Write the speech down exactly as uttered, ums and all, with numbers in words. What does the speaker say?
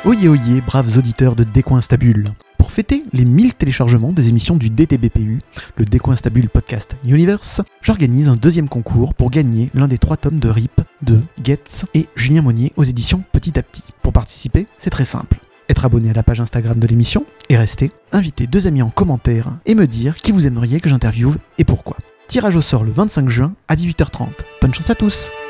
Oyez oyez, braves auditeurs de Décoinstabule. Pour fêter les mille téléchargements des émissions du D T B P U, le Décoinstabule Podcast Universe, j'organise un deuxième concours pour gagner l'un des trois tomes de R I P de Getz et Julien Monnier aux éditions Petit à Petit. Pour participer, c'est très simple. Être abonné à la page Instagram de l'émission et rester, inviter deux amis en commentaire et me dire qui vous aimeriez que j'interviewe et pourquoi. Tirage au sort le vingt-cinq juin à dix-huit heures trente. Bonne chance à tous!